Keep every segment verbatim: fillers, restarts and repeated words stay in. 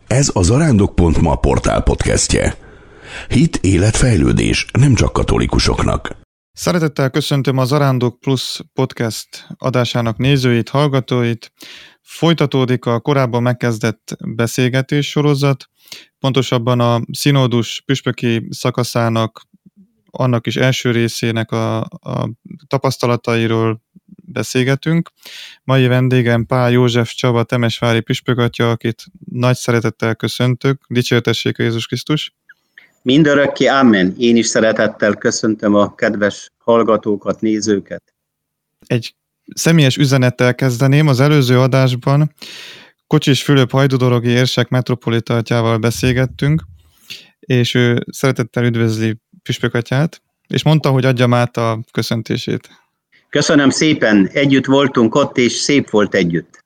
Ez a zarándok pont ma portál podcastje. Hit, élet, fejlődés, nem csak katolikusoknak. Szeretettel köszöntöm a Zarándok Plus podcast adásának nézőit, hallgatóit. Folytatódik a korábban megkezdett beszélgetés sorozat, pontosabban a színódus püspöki szakaszának, annak is első részének a, a tapasztalatairól beszélgetünk. Mai vendégem Pál József Csaba temesvári püspökatya, akit nagy szeretettel köszöntök. Dicsértessék Jézus Krisztus! Mindörökké, amen. Én is szeretettel köszöntöm a kedves hallgatókat, nézőket. Egy személyes üzenettel kezdeném. Az előző adásban Kocsis Fülöp hajdúdorogi érsek metropolita atyával beszélgettünk, és ő szeretettel üdvözli püspökatyát, és mondta, hogy adjam át a köszöntését. Köszönöm szépen, együtt voltunk ott, és szép volt együtt.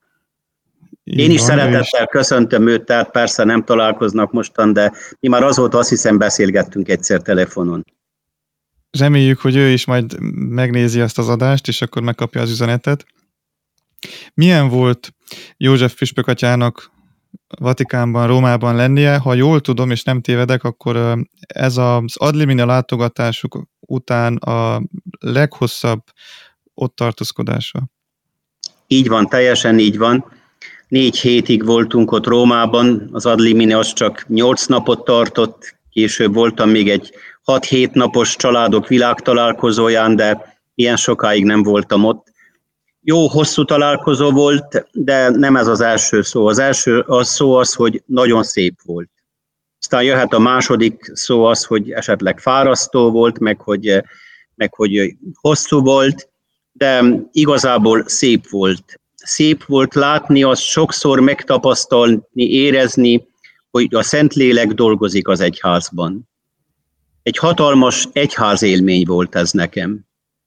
Én Így is van, szeretettel is. köszöntöm őt, tehát persze nem találkoznak mostan, de mi már azóta azt hiszem beszélgettünk egyszer telefonon. Reméljük, hogy ő is majd megnézi ezt az adást, és akkor megkapja az üzenetet. Milyen volt József püspökatyának Vatikánban, Rómában lennie? Ha jól tudom, és nem tévedek, akkor ez az ad limine látogatásuk után a leghosszabb ott tartózkodása. Így van, teljesen így van. Négy hétig voltunk ott Rómában, az ad limine az csak nyolc napot tartott, később voltam még egy hat-hét napos családok világtalálkozóján, de ilyen sokáig nem voltam ott. Jó, hosszú találkozó volt, de nem ez az első szó. Az első az szó az, hogy nagyon szép volt. Aztán jöhet a második szó az, hogy esetleg fárasztó volt, meg hogy, meg hogy hosszú volt, de igazából szép volt. Szép volt látni, azt sokszor megtapasztalni, érezni, hogy a Szentlélek dolgozik az egyházban. Egy hatalmas egyház élmény volt ez nekem.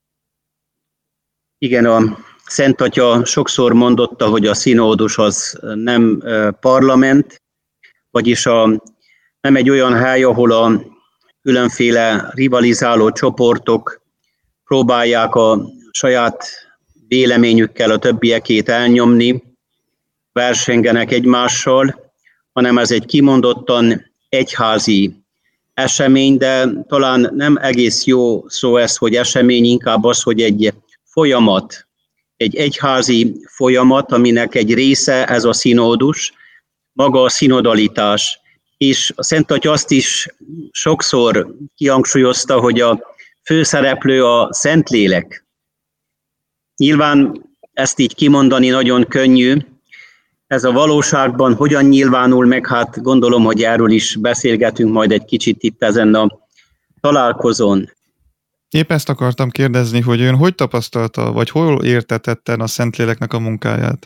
Igen, a Szent Atya sokszor mondotta, hogy a színódus az nem parlament, vagyis a, nem egy olyan hely, ahol a különféle rivalizáló csoportok próbálják a saját véleményükkel a többiekét elnyomni, versengenek egymással, hanem ez egy kimondottan egyházi esemény, de talán nem egész jó szó ez, hogy esemény, inkább az, hogy egy folyamat, egy egyházi folyamat, aminek egy része ez a színódus, maga a szinodalitás. És a Szent Atya azt is sokszor kihangsúlyozta, hogy a főszereplő a Szentlélek. Nyilván ezt így kimondani nagyon könnyű. Ez a valóságban hogyan nyilvánul meg, hát gondolom, hogy erről is beszélgetünk majd egy kicsit itt ezen a találkozón. Épp ezt akartam kérdezni, hogy ön hogy tapasztalta, vagy hol értetetten a Szentléleknek a munkáját?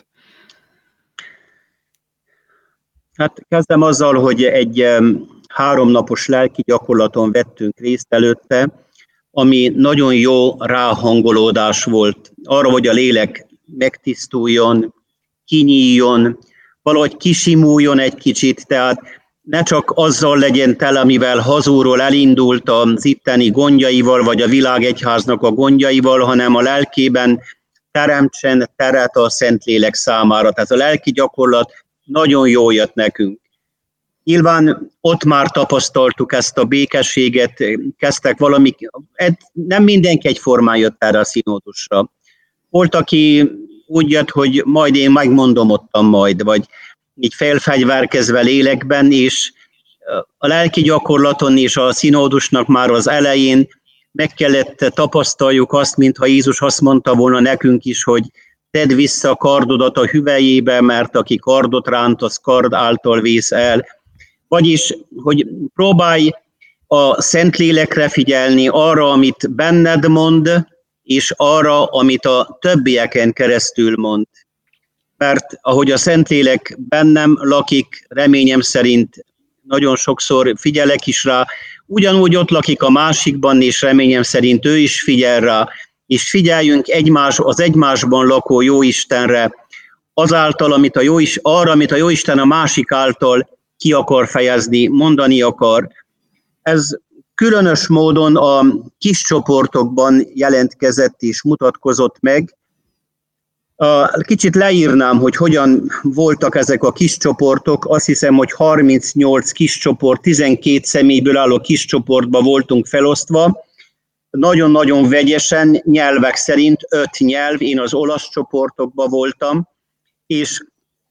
Hát kezdem azzal, hogy egy háromnapos lelki gyakorlaton vettünk részt előtte, ami nagyon jó ráhangolódás volt arra, hogy a lélek megtisztuljon, kinyíljon, valahogy kisimuljon egy kicsit, tehát ne csak azzal legyen tele, amivel hazúról elindult az itteni gondjaival, vagy a világegyháznak a gondjaival, hanem a lelkében teremtsen teret a Szentlélek számára. Tehát a lelki gyakorlat nagyon jól jött nekünk. Nyilván ott már tapasztaltuk ezt a békességet, kezdtek valami, nem mindenki egyformán jött erre a színódusra. Volt, aki úgy jött, hogy majd én megmondom ottan majd, vagy így felfegyverkezve lélekben, és a lelki gyakorlaton és a színódusnak már az elején meg kellett tapasztaljuk azt, mintha Jézus azt mondta volna nekünk is, hogy tedd vissza kardodat a hüvelyébe, mert aki kardot ránt, az kard által vész el. Vagyis, hogy próbálj a Szentlélekre figyelni, arra, amit benned mond, és arra, amit a többieken keresztül mond. Mert ahogy a Szentlélek bennem lakik, reményem szerint nagyon sokszor figyelek is rá, ugyanúgy ott lakik a másikban, és reményem szerint ő is figyel rá, és figyeljünk egymás, az egymásban lakó Jóistenre, azáltal, amit a Jóisten, arra, amit a Jóisten a másik által ki akar fejezni, mondani akar. Ez különös módon a kis csoportokban jelentkezett és mutatkozott meg, Kicsit leírnám, hogy hogyan voltak ezek a kis csoportok. Azt hiszem, hogy harmincnyolc kis csoport, tizenkét személyből álló kis csoportba voltunk felosztva. Nagyon-nagyon vegyesen, nyelvek szerint, öt nyelv, én az olasz csoportokban voltam, és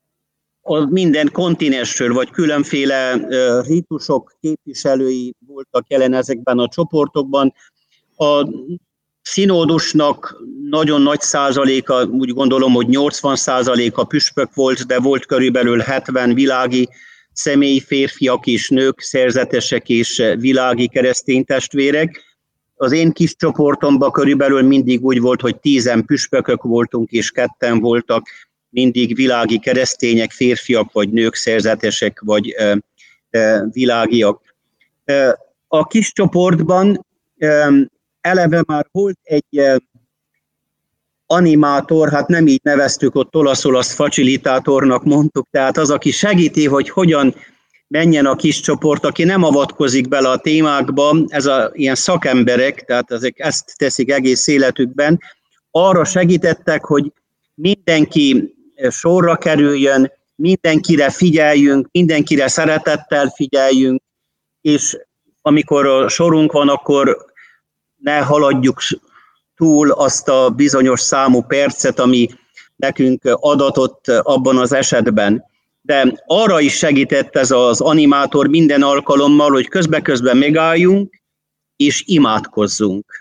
minden kontinensről, vagy különféle ritusok képviselői voltak jelen ezekben a csoportokban. A szinódusnak nagyon nagy százaléka, úgy gondolom, hogy nyolcvan százaléka püspök volt, de volt körülbelül hetven világi személy, férfiak és nők, szerzetesek és világi keresztény testvérek. Az én kis csoportomban körülbelül mindig úgy volt, hogy tízen püspökök voltunk, és ketten voltak mindig világi keresztények, férfiak vagy nők, szerzetesek vagy e, e, világiak. E, a kis csoportban e, eleve már volt egy e, animátor, hát nem így neveztük, ott olaszul azt facilitátornak mondtuk, tehát az, aki segíti, hogy hogyan menjen a kis csoport, aki nem avatkozik bele a témákba, ez a ilyen szakemberek, tehát ezek ezt teszik egész életükben, arra segítettek, hogy mindenki sorra kerüljön, mindenkire figyeljünk, mindenkire szeretettel figyeljünk, és amikor a sorunk van, akkor ne haladjuk túl azt a bizonyos számú percet, ami nekünk adatott abban az esetben. De arra is segített ez az animátor minden alkalommal, hogy közbe-közben megálljunk és imádkozzunk.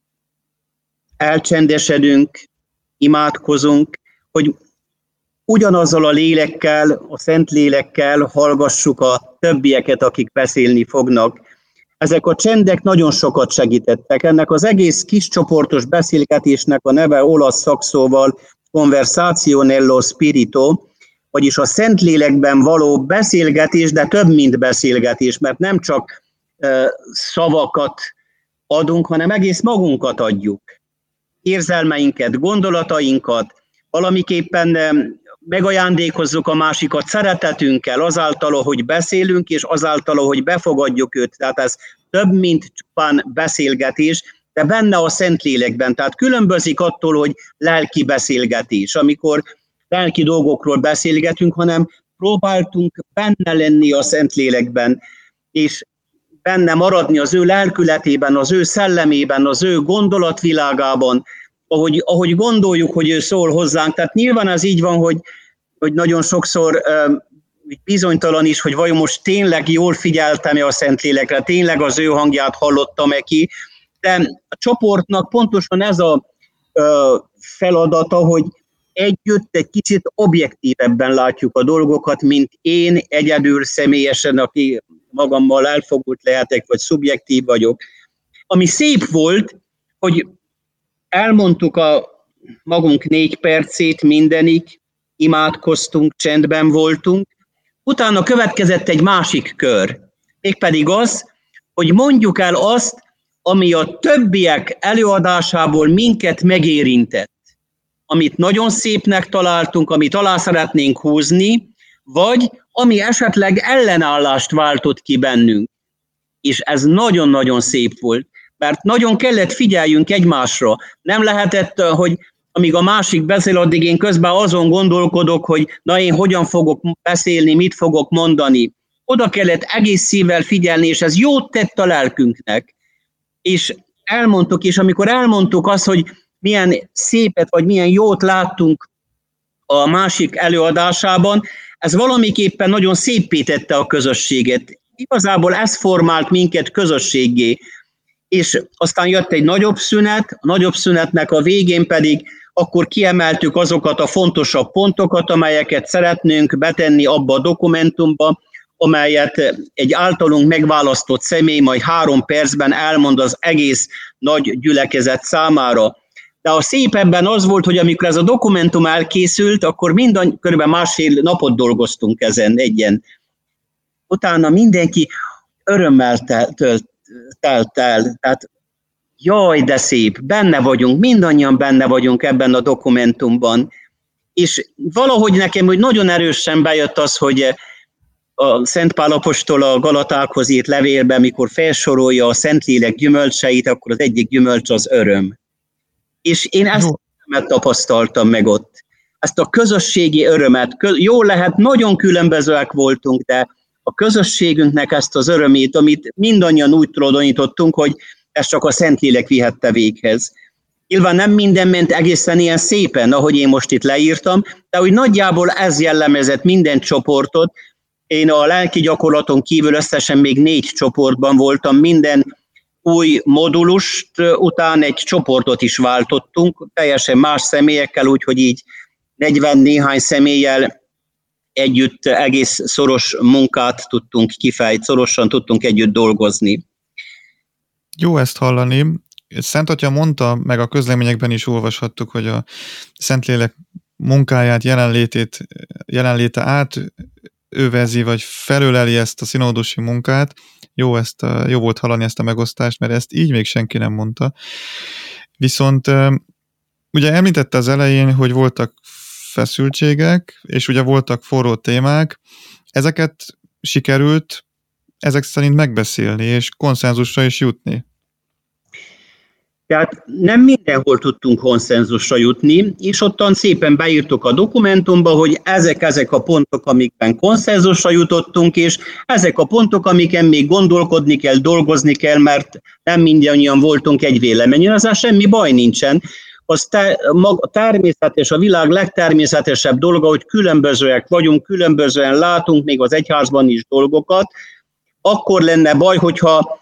Elcsendesedünk, imádkozunk, hogy ugyanazzal a lélekkel, a szent lélekkel hallgassuk a többieket, akik beszélni fognak. Ezek a csendek nagyon sokat segítettek. Ennek az egész kis csoportos beszélgetésnek a neve olasz szakszóval conversatio nello spirito, vagyis a Szentlélekben való beszélgetés, de több, mint beszélgetés, mert nem csak uh, szavakat adunk, hanem egész magunkat adjuk. Érzelmeinket, gondolatainkat, valamiképpen um, megajándékozzuk a másikat szeretetünkkel, azáltal, hogy beszélünk, és azáltal, hogy befogadjuk őt. Tehát ez több, mint csupán beszélgetés, de benne a Szentlélekben. Tehát különbözik attól, hogy lelki beszélgetés, amikor lelki dolgokról beszélgetünk, hanem próbáltunk benne lenni a Szentlélekben, és benne maradni az ő lelkületében, az ő szellemében, az ő gondolatvilágában, ahogy, ahogy gondoljuk, hogy ő szól hozzánk. Tehát nyilván ez így van, hogy, hogy nagyon sokszor uh, bizonytalan is, hogy vajon most tényleg jól figyeltem-e a Szentlélekre, tényleg az ő hangját hallottam-e ki, de a csoportnak pontosan ez a uh, feladata, hogy együtt egy kicsit objektívebben látjuk a dolgokat, mint én egyedül személyesen, aki magammal elfogult lehetek, vagy szubjektív vagyok. Ami szép volt, hogy elmondtuk a magunk négy percét mindenig, imádkoztunk, csendben voltunk, utána következett egy másik kör, mégpedig az, hogy mondjuk el azt, ami a többiek előadásából minket megérintett, amit nagyon szépnek találtunk, amit alá szeretnénk húzni, vagy ami esetleg ellenállást váltott ki bennünk. És ez nagyon-nagyon szép volt, mert nagyon kellett figyeljünk egymásra. Nem lehetett, hogy amíg a másik beszél, addig én közben azon gondolkodok, hogy na én hogyan fogok beszélni, mit fogok mondani. Oda kellett egész szívvel figyelni, és ez jót tett a lelkünknek. És elmondtuk, és amikor elmondtuk azt, hogy milyen szépet, vagy milyen jót láttunk a másik előadásában, ez valamiképpen nagyon széppé tette a közösséget. Igazából ez formált minket közösséggé. És aztán jött egy nagyobb szünet, a nagyobb szünetnek a végén pedig akkor kiemeltük azokat a fontosabb pontokat, amelyeket szeretnénk betenni abba a dokumentumba, amelyet egy általunk megválasztott személy majd három percben elmond az egész nagy gyülekezet számára. De a szép ebben az volt, hogy amikor ez a dokumentum elkészült, akkor mindannyi, körülbelül másfél napot dolgoztunk ezen egyen. Utána mindenki örömmel telt, telt el. Tehát jaj, de szép, benne vagyunk, mindannyian benne vagyunk ebben a dokumentumban. És valahogy nekem hogy nagyon erősen bejött az, hogy a Szent Pál apostol a Galatákhoz írt levélben, mikor felsorolja a Szentlélek gyümölcseit, akkor az egyik gyümölcs az öröm. És én ezt nem tapasztaltam meg ott. ezt a közösségi örömet. Jól lehet, nagyon különbözőek voltunk, de a közösségünknek ezt az örömét, amit mindannyian úgy tulajdonítottunk, hogy ezt csak a Szentlélek vihette véghez. Nyilván nem minden ment egészen ilyen szépen, ahogy én most itt leírtam, de úgy nagyjából ez jellemezett minden csoportot. Én a lelki gyakorlaton kívül összesen még négy csoportban voltam, minden új modulust után egy csoportot is váltottunk, teljesen más személyekkel, úgyhogy így negyven néhány személlyel együtt egész szoros munkát tudtunk kifejteni, szorosan tudtunk együtt dolgozni. Jó ezt hallani. Szent Atya mondta, meg a közleményekben is olvashattuk, hogy a Szentlélek munkáját, jelenlétét, jelenléte átövezi, vagy felöleli ezt a szinódusi munkát. Jó, ezt a, jó volt hallani ezt a megosztást, mert ezt így még senki nem mondta. Viszont ugye említette az elején, hogy voltak feszültségek, és ugye voltak forró témák. Ezeket sikerült ezek szerint megbeszélni, és konszenzusra is jutni. Tehát nem mindenhol tudtunk konszenzusra jutni, és ottan szépen beírtuk a dokumentumba, hogy ezek, ezek a pontok, amikben konszenzusra jutottunk, és ezek a pontok, amiken még gondolkodni kell, dolgozni kell, mert nem mindannyian voltunk egy véleményen, azaz semmi baj nincsen. Az te, a természetes, a világ legtermészetesebb dolga, hogy különbözőek vagyunk, különbözően látunk még az egyházban is dolgokat, akkor lenne baj, hogyha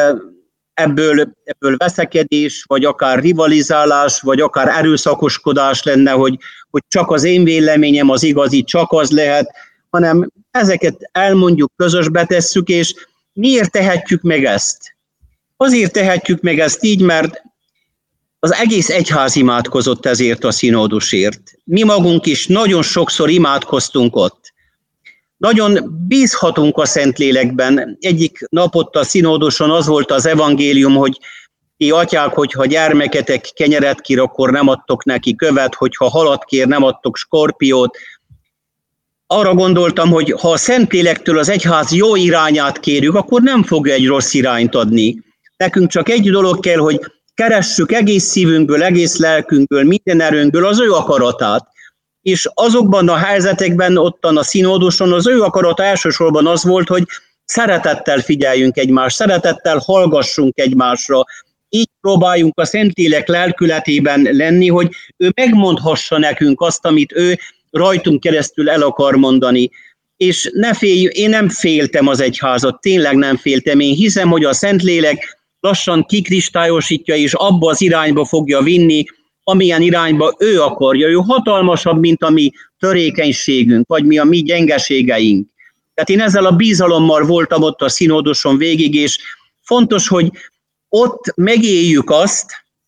ebből, ebből veszekedés, vagy akár rivalizálás, vagy akár erőszakoskodás lenne, hogy, hogy csak az én véleményem az igazi, csak az lehet, hanem ezeket elmondjuk, közösbe tesszük, és miért tehetjük meg ezt? Azért tehetjük meg ezt így, mert az egész egyház imádkozott ezért a szinódusért. Mi magunk is nagyon sokszor imádkoztunk ott. Nagyon bízhatunk a Szentlélekben. Egyik nap ott a szinóduson az volt az evangélium, hogy ti atyák, hogyha gyermeketek kenyeret kér, akkor nem adtok neki követ, hogyha halat kér, nem adtok skorpiót. Arra gondoltam, hogy ha a Szentlélektől az egyház jó irányát kérjük, akkor nem fogja egy rossz irányt adni. Nekünk csak egy dolog kell, hogy keressük egész szívünkből, egész lelkünkből, minden erőnkből az ő akaratát. És azokban a helyzetekben, ottan a szinóduson az ő akarata elsősorban az volt, hogy szeretettel figyeljünk egymásra, szeretettel hallgassunk egymásra. Így próbáljunk a Szentlélek lelkületében lenni, hogy ő megmondhassa nekünk azt, amit ő rajtunk keresztül el akar mondani. És ne félj, én nem féltem az egyházat, tényleg nem féltem. Én hiszem, hogy a Szentlélek lassan kikristályosítja, és abba az irányba fogja vinni, amilyen irányba ő akarja. Ő hatalmasabb, mint a mi törékenységünk, vagy mi a mi gyengeségeink. Tehát én ezzel a bizalommal voltam ott a szinóduson végig, és fontos, hogy ott megéljük azt,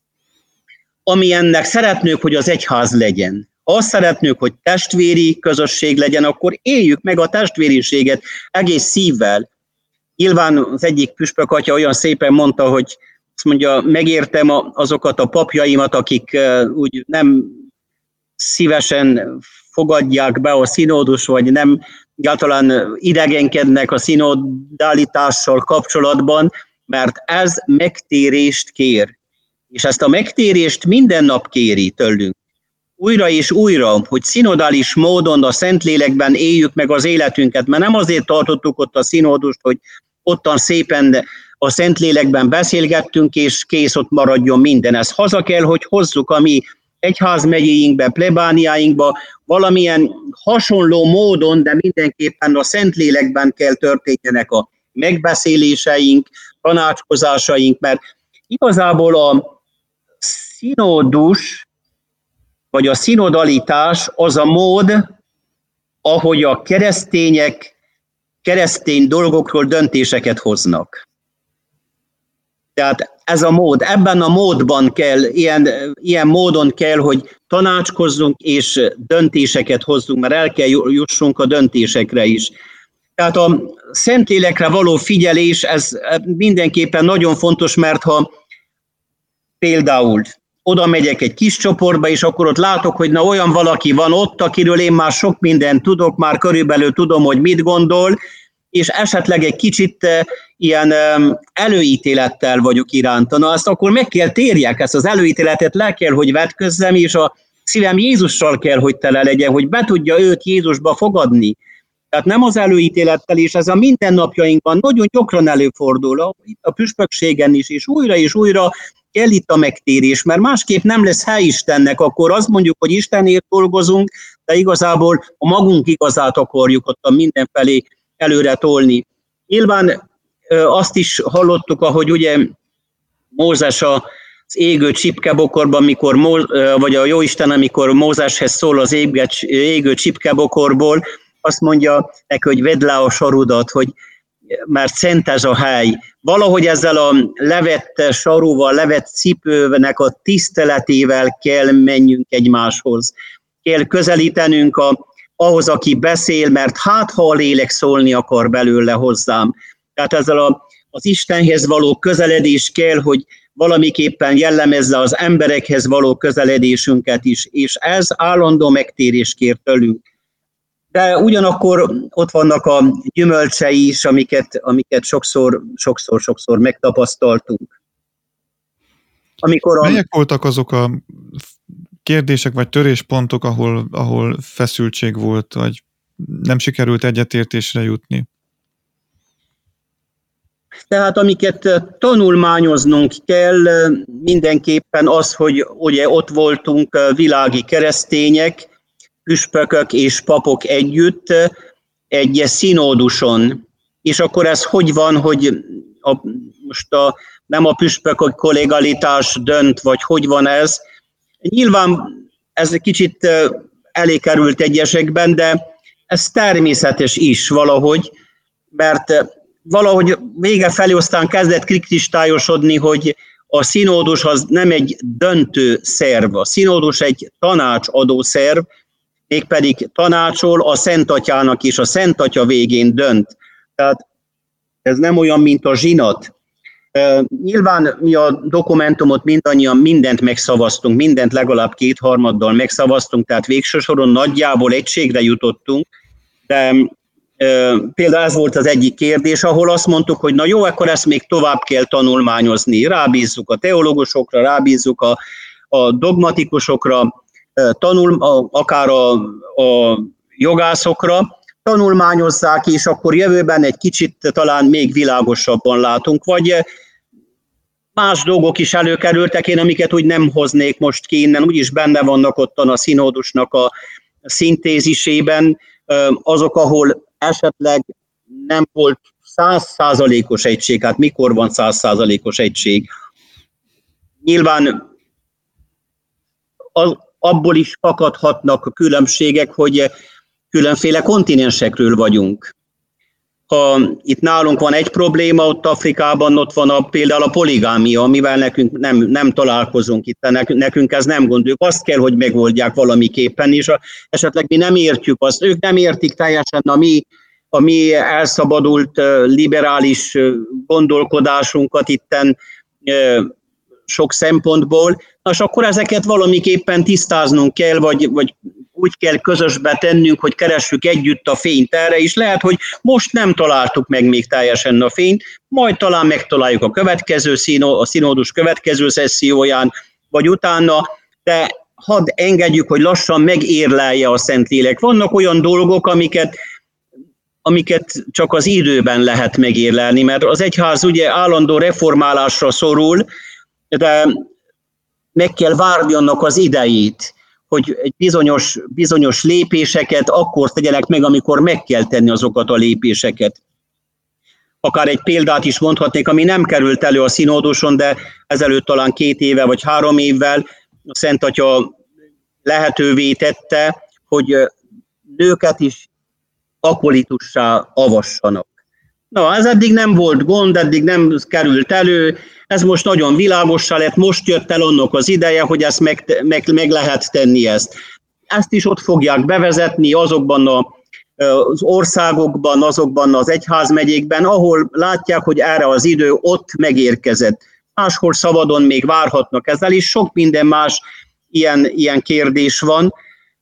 amilyennek szeretnünk, hogy az egyház legyen. Ha azt szeretnünk, hogy testvéri közösség legyen, akkor éljük meg a testvériséget egész szívvel. Nyilván az egyik püspök atya olyan szépen mondta, hogy azt mondja, megértem azokat a papjaimat, akik úgy nem szívesen fogadják be a szinódus, vagy nem egyáltalán idegenkednek a szinodalitással kapcsolatban, mert ez megtérést kér. És ezt a megtérést minden nap kéri tőlünk. Újra és újra, hogy szinodális módon a Szentlélekben éljük meg az életünket, mert nem azért tartottuk ott a szinódust, hogy ottan szépen a Szentlélekben beszélgettünk, és kész, ott maradjon minden. Ez haza kell, hogy hozzuk a mi egyházmegyéinkbe, plebániáinkba, valamilyen hasonló módon, de mindenképpen a Szentlélekben kell történjenek a megbeszéléseink, tanácskozásaink, mert igazából a szinódus, vagy a szinodalitás az a mód, ahogy a keresztények keresztény dolgokról döntéseket hoznak. Tehát ez a mód, ebben a módban kell, ilyen, ilyen módon kell, hogy tanácskozzunk és döntéseket hozzunk, mert el kell jussunk a döntésekre is. Tehát a Szentlélekre való figyelés, ez mindenképpen nagyon fontos, mert ha például oda megyek egy kis csoportba, és akkor ott látok, hogy na olyan valaki van ott, akiről én már sok mindent tudok, már körülbelül tudom, hogy mit gondol, és esetleg egy kicsit e, ilyen e, előítélettel vagyok iránta. Na azt akkor meg kell térjek, ezt az előítéletet le kell, hogy vetközzem, és a szívem Jézussal kell, hogy tele legyen, hogy be tudja őt Jézusba fogadni. Tehát nem az előítélettel, és ez a mindennapjainkban nagyon gyakran előfordul, a püspökségen is, és újra és újra kell itt a megtérés, mert másképp nem lesz hely Istennek, akkor azt mondjuk, hogy Istenért dolgozunk, de igazából a magunk igazát akarjuk ott a mindenfelé előre tolni. Nyilván azt is hallottuk, ahogy ugye Mózes az égő csipkebokorban, mikor, vagy a Jóisten, amikor Mózeshez szól az égő csipkebokorból, azt mondja neki, hogy vedd le a sarudat, hogy mert szent ez a hely. Valahogy ezzel a levett sarúval, levett cipőnek a tiszteletével kell menjünk egymáshoz. Kell közelítenünk a, ahhoz, aki beszél, mert hát ha a lélek szólni akar belőle hozzám. Tehát ezzel a, az Istenhez való közeledés kell, hogy valamiképpen jellemezze az emberekhez való közeledésünket is, és ez állandó megtérés kér tőlünk. De ugyanakkor ott vannak a gyümölcsei is, amiket, amiket sokszor, sokszor, sokszor megtapasztaltunk. Amikor a... Melyek voltak azok a kérdések vagy töréspontok, ahol, ahol feszültség volt, vagy nem sikerült egyetértésre jutni? Tehát amiket tanulmányoznunk kell, mindenképpen az, hogy ugye ott voltunk világi keresztények, püspökök és papok együtt egy színóduson. És akkor ez hogy van, hogy a, most a, nem a püspökök kollégialitás dönt, vagy hogy van ez? Nyilván ez kicsit elé került egyesekben, de ez természetes is valahogy, mert valahogy vége felé aztán kezdett kristályosodni, hogy a színódus az nem egy döntő szerv, a színódus egy tanácsadó szerv, mégpedig tanácsol a Szent Atyának, és a Szent Atya végén dönt. Tehát ez nem olyan, mint a zsinat. Nyilván mi a dokumentumot mindannyian mindent megszavaztunk, mindent legalább kétharmaddal megszavaztunk, tehát végső soron nagyjából egységre jutottunk, de például ez volt az egyik kérdés, ahol azt mondtuk, hogy na jó, akkor ezt még tovább kell tanulmányozni, rábízzuk a teológusokra, rábízzuk a, a dogmatikusokra, tanul, akár a, a jogászokra, tanulmányozzák, és akkor jövőben egy kicsit talán még világosabban látunk, vagy más dolgok is előkerültek, én amiket úgy nem hoznék most ki innen, úgyis benne vannak ottan a színódusnak a szintézisében, azok, ahol esetleg nem volt száz százalékos egység, hát mikor van száz százalékos egység? Nyilván az, abból is fakadhatnak a különbségek, hogy különféle kontinensekről vagyunk. Ha itt nálunk van egy probléma, ott Afrikában ott van a, például a poligámia, amivel nekünk nem, nem találkozunk itt, nekünk ez nem gondoljuk. Azt kell, hogy megoldják valamiképpen, és a, esetleg mi nem értjük azt. Ők nem értik teljesen a mi, a mi elszabadult, liberális gondolkodásunkat itten sok szempontból. És akkor ezeket valamiképpen tisztáznunk kell, vagy, vagy úgy kell közösbe tennünk, hogy keressük együtt a fényt erre, és lehet, hogy most nem találtuk meg még teljesen a fényt, majd talán megtaláljuk a következő színó, a színódus következő szesszióján, vagy utána, de hadd engedjük, hogy lassan megérlelje a Szentlélek. Vannak olyan dolgok, amiket, amiket csak az időben lehet megérlelni, mert az egyház ugye állandó reformálásra szorul, de meg kell várni annak az idejét, hogy egy bizonyos, bizonyos lépéseket akkor tegyenek meg, amikor meg kell tenni azokat a lépéseket. Akár egy példát is mondhatnék, ami nem került elő a színóduson, de ezelőtt talán két éve vagy három évvel a Szent Atya lehetővé tette, hogy nőket is akolitussá avassanak. Na, ez eddig nem volt gond, eddig nem került elő, ez most nagyon világossá lett, most jött el annak az ideje, hogy ezt meg, meg, meg lehet tenni ezt. Ezt is ott fogják bevezetni azokban a, az országokban, azokban az egyházmegyékben, ahol látják, hogy erre az idő ott megérkezett. Máshol szabadon még várhatnak ezzel, és sok minden más ilyen, ilyen kérdés van,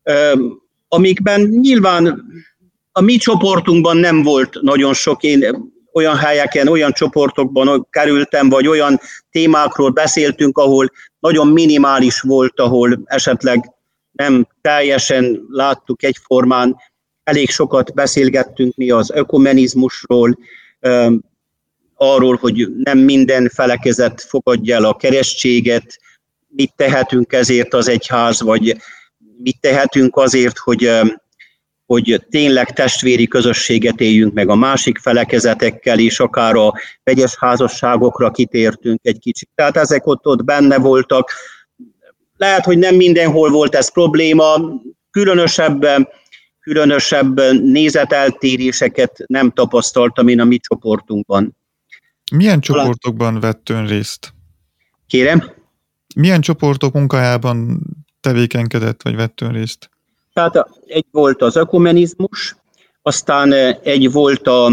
amikben nyilván a mi csoportunkban nem volt nagyon sok, én olyan helyeken, olyan csoportokban kerültem, vagy olyan témákról beszéltünk, ahol nagyon minimális volt, ahol esetleg nem teljesen láttuk egyformán, elég sokat beszélgettünk mi az ökumenizmusról, arról, hogy nem minden felekezet fogadja el a keresztséget, mit tehetünk ezért az egyház, vagy mit tehetünk azért, hogy, hogy tényleg testvéri közösséget éljünk meg a másik felekezetekkel, és akár a vegyes házasságokra kitértünk egy kicsit. Tehát ezek ott, ott benne voltak. Lehet, hogy nem mindenhol volt ez probléma, különösebb, különösebb nézeteltéréseket nem tapasztaltam én a mi csoportunkban. Milyen csoportokban vett ön részt? Kérem? Milyen csoportok munkájában tevékenykedett, vagy vett ön részt? Tehát egy volt az ökumenizmus, aztán egy volt a,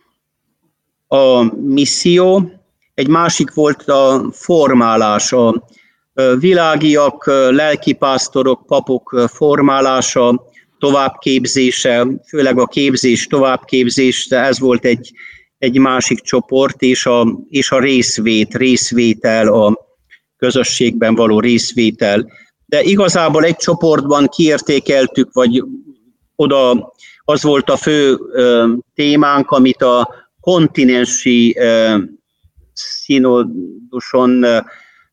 a misszió, egy másik volt a formálás, a világiak, lelkipásztorok, papok formálása, továbbképzése, főleg a képzés, továbbképzés, ez volt egy, egy másik csoport, és a, és a részvét, részvétel, a közösségben való részvétel. De igazából egy csoportban kiértékeltük, vagy oda az volt a fő ö, témánk, amit a kontinensi ö, színoduson ö,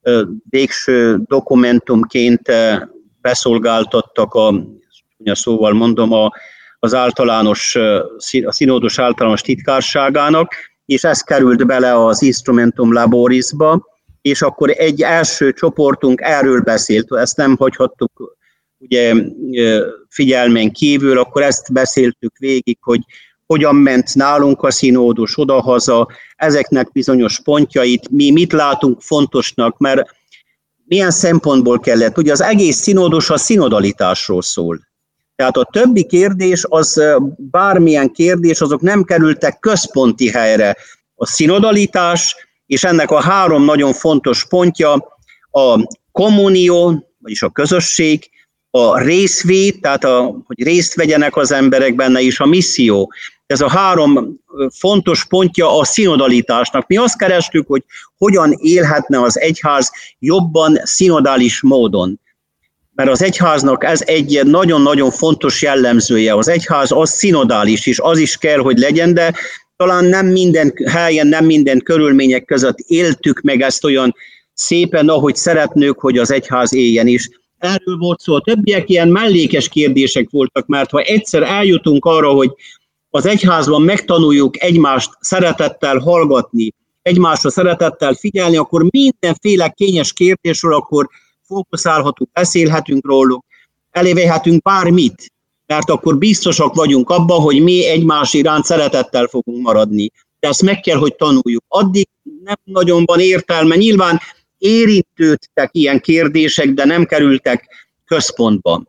végső dokumentumként ö, beszolgáltattak a, szóval mondom, a, az általános, a színódus általános titkárságának, és ez került bele az Instrumentum Laborisba, és akkor egy első csoportunk erről beszélt, ezt nem hagyhattuk ugye, figyelmen kívül, akkor ezt beszéltük végig, hogy hogyan ment nálunk a színódus odahaza, ezeknek bizonyos pontjait, mi mit látunk fontosnak, mert milyen szempontból kellett. Ugye az egész színódus a szinodalitásról szól. Tehát a többi kérdés, az bármilyen kérdés, azok nem kerültek központi helyre. A szinodalitás, és ennek a három nagyon fontos pontja a kommunió, vagyis a közösség, a részvét, tehát a, hogy részt vegyenek az emberek benne, és a misszió. Ez a három fontos pontja a szinodalitásnak. Mi azt kerestük, hogy hogyan élhetne az egyház jobban szinodális módon. Mert az egyháznak ez egy nagyon-nagyon fontos jellemzője. Az egyház az szinodális, és az is kell, hogy legyen, de talán nem minden helyen, nem minden körülmények között éltük meg ezt olyan szépen, ahogy szeretnünk, hogy az egyház éljen is. Erről volt szó, a többiek ilyen mellékes kérdések voltak, mert ha egyszer eljutunk arra, hogy az egyházban megtanuljuk egymást szeretettel hallgatni, egymásra szeretettel figyelni, akkor mindenféle kényes kérdésről akkor fókuszálhatunk, beszélhetünk róluk, elévehetünk bármit, mert akkor biztosak vagyunk abban, hogy mi egymás iránt szeretettel fogunk maradni. De ezt meg kell, hogy tanuljuk. Addig nem nagyon van értelme. Nyilván érintődtek ilyen kérdések, de nem kerültek központba.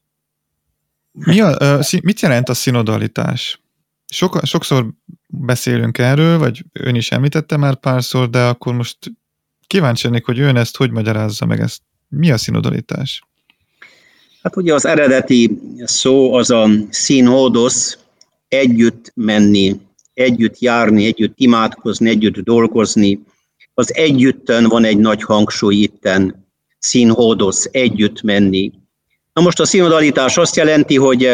Mi a, mit jelent a szinodalitás? Sok, sokszor beszélünk erről, vagy ön is említette már párszor, de akkor most kíváncsi lennék, hogy ön ezt hogy magyarázza meg ezt. Mi a szinodalitás? Hát ugye az eredeti szó az a színódosz, együtt menni, együtt járni, együtt imádkozni, együtt dolgozni. Az együttön van egy nagy hangsúly itten, színódosz, együtt menni. Na most a szinodalitás azt jelenti, hogy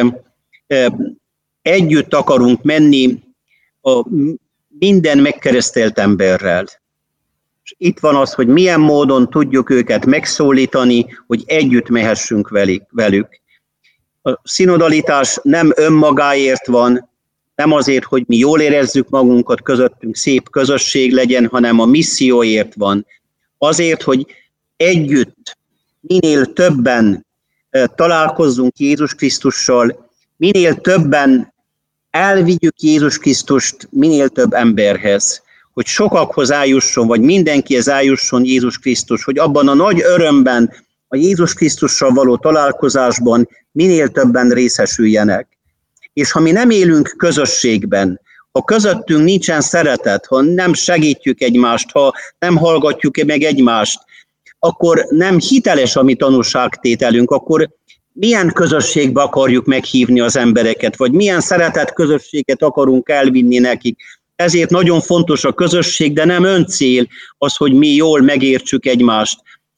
együtt akarunk menni a minden megkeresztelt emberrel. És itt van az, hogy milyen módon tudjuk őket megszólítani, hogy együtt mehessünk velük. A szinodalitás nem önmagáért van, nem azért, hogy mi jól érezzük magunkat, közöttünk szép közösség legyen, hanem a misszióért van. Azért, hogy együtt, minél többen találkozzunk Jézus Krisztussal, minél többen elvigyük Jézus Krisztust minél több emberhez, hogy sokakhoz eljusson, vagy mindenkihez eljusson Jézus Krisztus, hogy abban a nagy örömben, a Jézus Krisztussal való találkozásban minél többen részesüljenek. És ha mi nem élünk közösségben, ha közöttünk nincsen szeretet, ha nem segítjük egymást, ha nem hallgatjuk meg egymást, akkor nem hiteles a mi tanúságtételünk, akkor milyen közösségbe akarjuk meghívni az embereket, vagy milyen szeretett közösséget akarunk elvinni nekik. Ezért nagyon fontos a közösség, de nem öncél az, hogy mi jól megértsük egymást.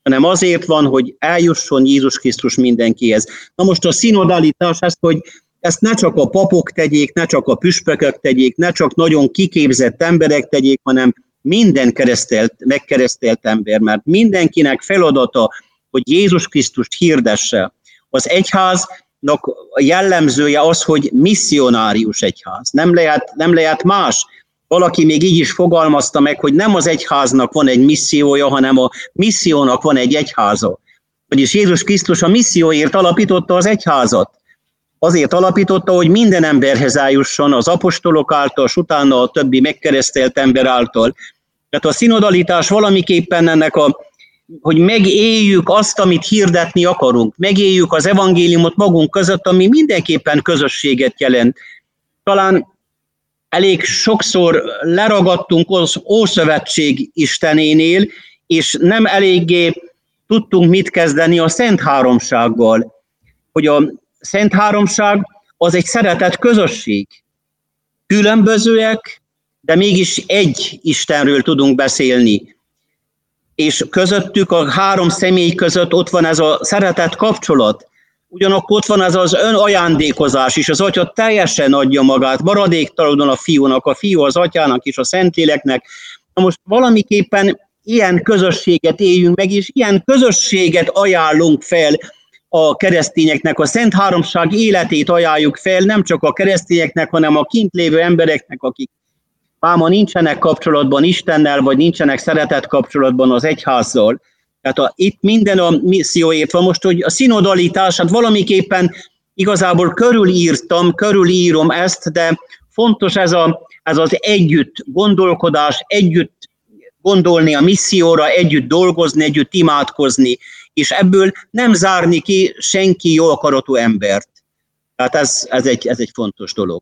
hanem azért van, hogy eljusson Jézus Krisztus mindenkihez. Na most a szinodalitás, ezt, hogy ezt ne csak a papok tegyék, ne csak a püspökök tegyék, ne csak nagyon kiképzett emberek tegyék, hanem minden keresztelt, megkeresztelt ember, mert mindenkinek feladata, hogy Jézus Krisztust hirdesse. Az egyháznak a jellemzője az, hogy misszionárius egyház. Nem lehet, nem lehet más. Valaki még így is fogalmazta meg, hogy nem az egyháznak van egy missziója, hanem a missziónak van egy egyháza. Vagyis Jézus Krisztus a misszióért alapította az egyházat. Azért alapította, hogy minden emberhez eljusson, az apostolok által, és utána a többi megkeresztelt ember által. Tehát a szinodalitás valamiképpen ennek a, hogy megéljük azt, amit hirdetni akarunk, megéljük az evangéliumot magunk között, ami mindenképpen közösséget jelent. Talán elég sokszor leragadtunk az Ószövetség Istenénél, és nem eléggé tudtunk mit kezdeni a Szent Háromsággal. Hogy a Szent Háromság az egy szeretett közösség. Különbözőek, de mégis egy Istenről tudunk beszélni. És közöttük, a három személy között ott van ez a szeretett kapcsolat. Ugyanakkor ott van ez az önajándékozás is, az Atya teljesen adja magát, maradéktalanul a Fiúnak, a Fiú az Atyának és a Szentléleknek. Na most valamiképpen ilyen közösséget éljünk meg, és ilyen közösséget ajánlunk fel a keresztényeknek, a Szent Háromság életét ajánljuk fel, nem csak a keresztényeknek, hanem a kint lévő embereknek, akik máma nincsenek kapcsolatban Istennel, vagy nincsenek szeretett kapcsolatban az egyházzal. Tehát a, itt minden a misszióért van. Most, hogy a szinodalitás, hát valamiképpen igazából körülírtam, körülírom ezt, de fontos ez, a, ez az együtt gondolkodás, együtt gondolni a misszióra, együtt dolgozni, együtt imádkozni, és ebből nem zárni ki senki jó akaratú embert. Tehát ez, ez, egy, ez egy fontos dolog.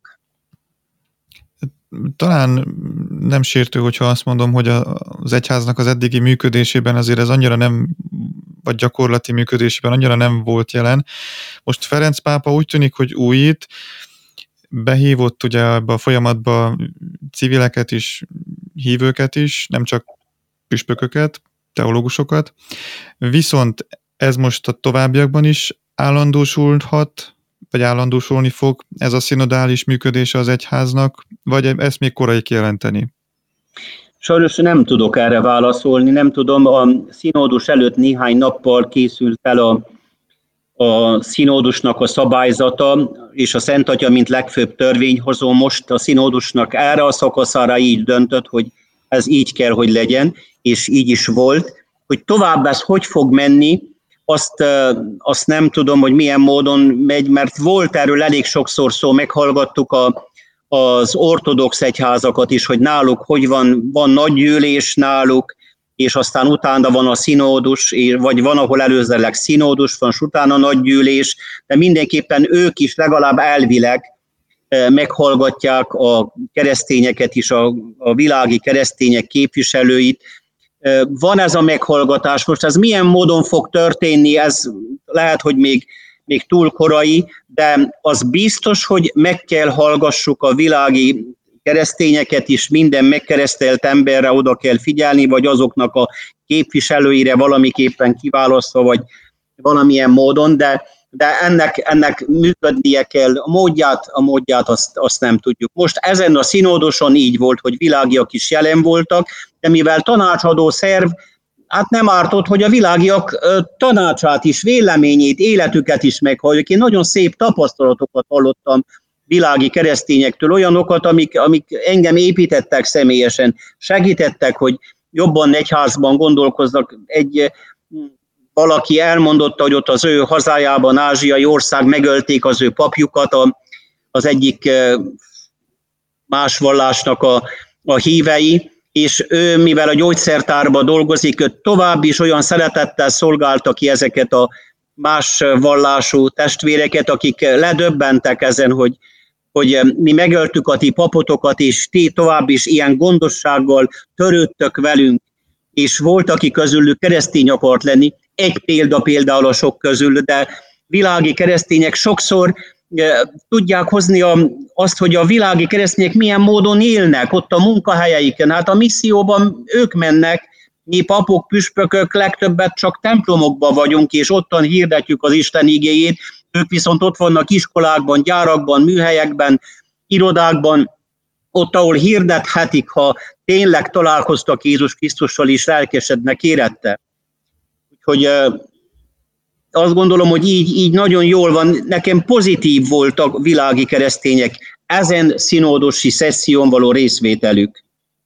Talán nem sértő, hogyha azt mondom, hogy az egyháznak az eddigi működésében azért ez annyira nem, vagy gyakorlati működésében annyira nem volt jelen. Most Ferenc pápa úgy tűnik, hogy újít, behívott ugye ebbe a folyamatba civileket is, hívőket is, nem csak püspököket, teológusokat, viszont ez most a továbbiakban is állandósulhat, vagy állandósulni fog ez a szinodális működése az egyháznak, vagy ezt még korai kijelenteni? Sajnos nem tudok erre válaszolni, nem tudom, a színódus előtt néhány nappal készült el a, a színódusnak a szabályzata, és a Szent Atya, mint legfőbb törvényhozó most a színódusnak erre a szakaszára így döntött, hogy ez így kell, hogy legyen, és így is volt. Hogy tovább ez hogy fog menni, azt, azt nem tudom, hogy milyen módon megy, mert volt erről elég sokszor szó, meghallgattuk a, az ortodox egyházakat is, hogy náluk hogy van, van nagygyűlés náluk, és aztán utána van a színódus, vagy van, ahol előzőleg színódus van, és utána nagygyűlés, de mindenképpen ők is legalább elvileg meghallgatják a keresztényeket is, a, a világi keresztények képviselőit. Van ez a meghallgatás, most ez milyen módon fog történni, ez lehet, hogy még, még túl korai, de az biztos, hogy meg kell hallgassuk a világi keresztényeket is, minden megkeresztelt emberre oda kell figyelni, vagy azoknak a képviselőire valamiképpen kiválasztva, vagy valamilyen módon, de, de ennek, ennek működnie kell. A módját, a módját azt, azt nem tudjuk. Most ezen a színódoson így volt, hogy világiak is jelen voltak, de mivel tanácsadó szerv, hát nem ártott, hogy a világiak tanácsát is, véleményét, életüket is meghalljuk. Én nagyon szép tapasztalatokat hallottam világi keresztényektől, olyanokat, amik, amik engem építettek személyesen, segítettek, hogy jobban egyházban gondolkoznak. Egy valaki elmondotta, hogy ott az ő hazájában, ázsiai ország megölték az ő papjukat, a, az egyik más vallásnak a, a hívei, és ő, mivel a gyógyszertárban dolgozik, ő tovább is olyan szeretettel szolgálta ki ezeket a más vallású testvéreket, akik ledöbbentek ezen, hogy, hogy mi megöltük a ti papotokat, és ti tovább is ilyen gondossággal törődtök velünk, és volt, aki közülük keresztény akart lenni. Egy példa például a sok közül, de világi keresztények sokszor tudják hozni a, azt, hogy a világi keresztények milyen módon élnek ott a munkahelyeiken. Hát a misszióban ők mennek, Mi papok, püspökök legtöbbet csak templomokban vagyunk, és ottan hirdetjük az Isten igéjét, ők viszont ott vannak iskolákban, gyárakban, műhelyekben, irodákban, ott, ahol hirdethetik, ha tényleg találkoztak Jézus Krisztussal és lelkesednek érette. Úgyhogy azt gondolom, hogy így, így nagyon jól van. Nekem pozitív volt a világi keresztények ezen színódosi szesszión való részvételük.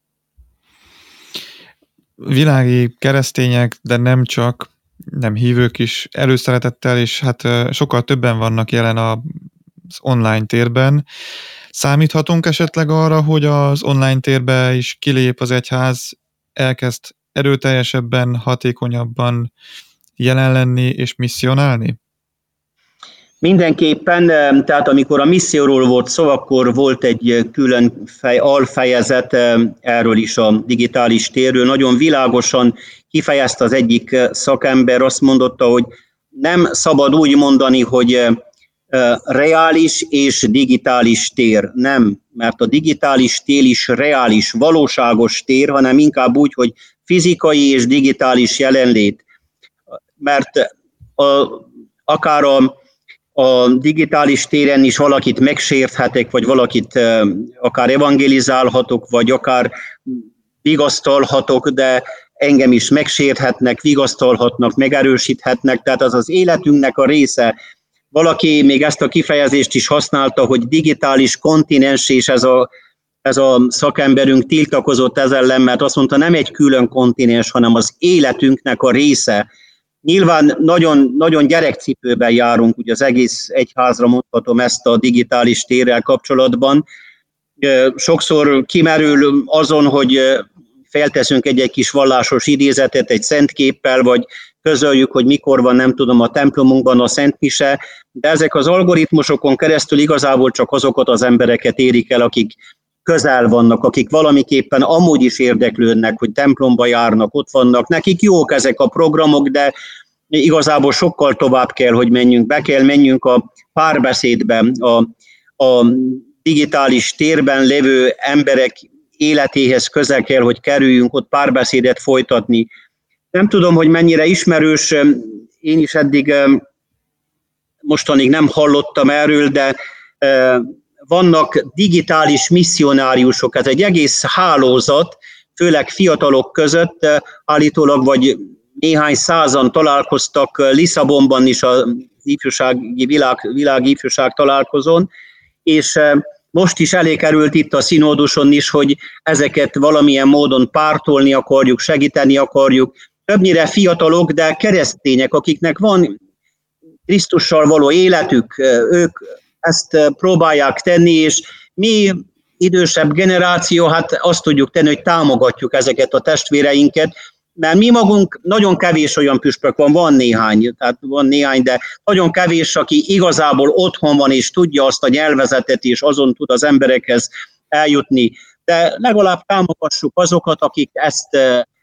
Világi keresztények, de nem csak, nem hívők is előszeretettel, és hát sokkal többen vannak jelen az online térben. Számíthatunk esetleg arra, hogy az online térbe is kilép az egyház, elkezd erőteljesebben, hatékonyabban jelen lenni és misszionálni? Mindenképpen, tehát amikor a misszióról volt szó, akkor volt egy külön fej, alfejezet erről is a digitális térről. Nagyon világosan kifejezte az egyik szakember, azt mondotta, hogy nem szabad úgy mondani, hogy reális és digitális tér. Nem, mert a digitális tér is reális, valóságos tér, hanem inkább úgy, hogy fizikai és digitális jelenlét. Mert a, akár a, a digitális téren is valakit megsérthetek, vagy valakit akár evangelizálhatok, vagy akár vigasztalhatok, de engem is megsérthetnek, vigasztalhatnak, megerősíthetnek, tehát az az életünknek a része. Valaki még ezt a kifejezést is használta, hogy digitális kontinens, és ez a, ez a szakemberünk tiltakozott ezzel ellen, mert azt mondta, nem egy külön kontinens, hanem az életünknek a része. Nyilván nagyon, nagyon gyerekcipőben járunk, ugye az egész egyházra mondhatom ezt a digitális térrel kapcsolatban. Sokszor kimerül azon, hogy felteszünk egy-egy kis vallásos idézetet egy szentképpel, vagy közöljük, hogy mikor van, nem tudom, a templomunkban a szentmise, de ezek az algoritmusokon keresztül igazából csak azokat az embereket érik el, akik közel vannak, akik valamiképpen amúgy is érdeklődnek, hogy templomba járnak, ott vannak. Nekik jók ezek a programok, de igazából sokkal tovább kell, hogy menjünk. Be kell menjünk a párbeszédbe, a, a digitális térben lévő emberek életéhez közel kell, hogy kerüljünk, ott párbeszédet folytatni. Nem tudom, hogy mennyire ismerős, én is eddig mostanig nem hallottam erről, de vannak digitális misszionáriusok, ez egy egész hálózat, főleg fiatalok között, állítólag vagy néhány százan találkoztak Lisszabonban is az ifjúsági világ, világi ifjúság találkozón, és most is elé került itt a színóduson is, hogy ezeket valamilyen módon pártolni akarjuk, segíteni akarjuk. Többnyire fiatalok, de keresztények, akiknek van Krisztussal való életük, ők ezt próbálják tenni, és mi idősebb generáció, hát azt tudjuk tenni, hogy támogatjuk ezeket a testvéreinket, mert mi magunk nagyon kevés olyan püspök van, van néhány, tehát van néhány, de nagyon kevés, aki igazából otthon van, és tudja azt a nyelvezetet, és azon tud az emberekhez eljutni. De legalább támogassuk azokat, akik ezt,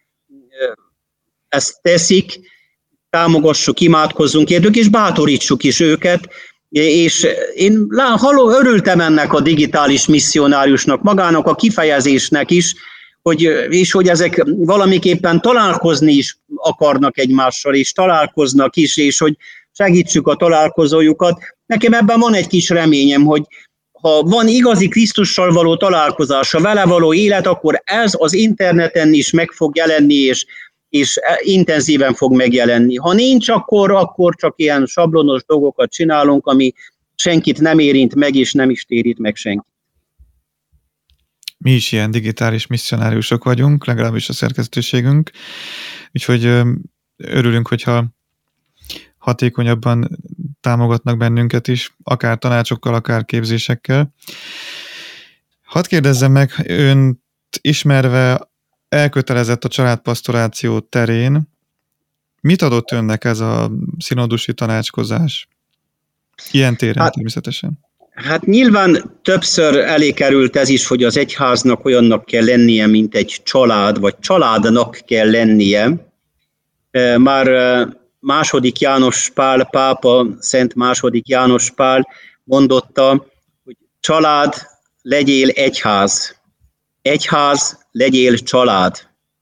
ezt teszik, támogassuk, imádkozzunk értük, és bátorítsuk is őket. És én halló, örültem ennek a digitális misszionáriusnak, magának a kifejezésnek is, hogy, és hogy ezek valamiképpen találkozni is akarnak egymással, és találkoznak is, és hogy segítsük a találkozójukat. Nekem ebben van egy kis reményem, hogy ha van igazi Krisztussal való találkozása, vele való élet, akkor ez az interneten is meg fog jelenni, és, és intenzíven fog megjelenni. Ha nincs, akkor, akkor csak ilyen sablonos dolgokat csinálunk, ami senkit nem érint meg, és nem is térít meg senkit. Mi is ilyen digitális misszionáriusok vagyunk, legalábbis a szerkesztőségünk, úgyhogy örülünk, hogyha hatékonyabban támogatnak bennünket is, akár tanácsokkal, akár képzésekkel. Hadd kérdezzem meg, önt ismerve elkötelezett a családpastoráció terén, mit adott önnek ez a szinodusi tanácskozás? Ilyen téren hát, természetesen. Hát nyilván többször elé került ez is, hogy az egyháznak olyannak kell lennie, mint egy család, vagy családnak kell lennie. Már második János Pál pápa, Szent második János Pál mondotta, hogy család, legyél egyház. Egyház, legyél család.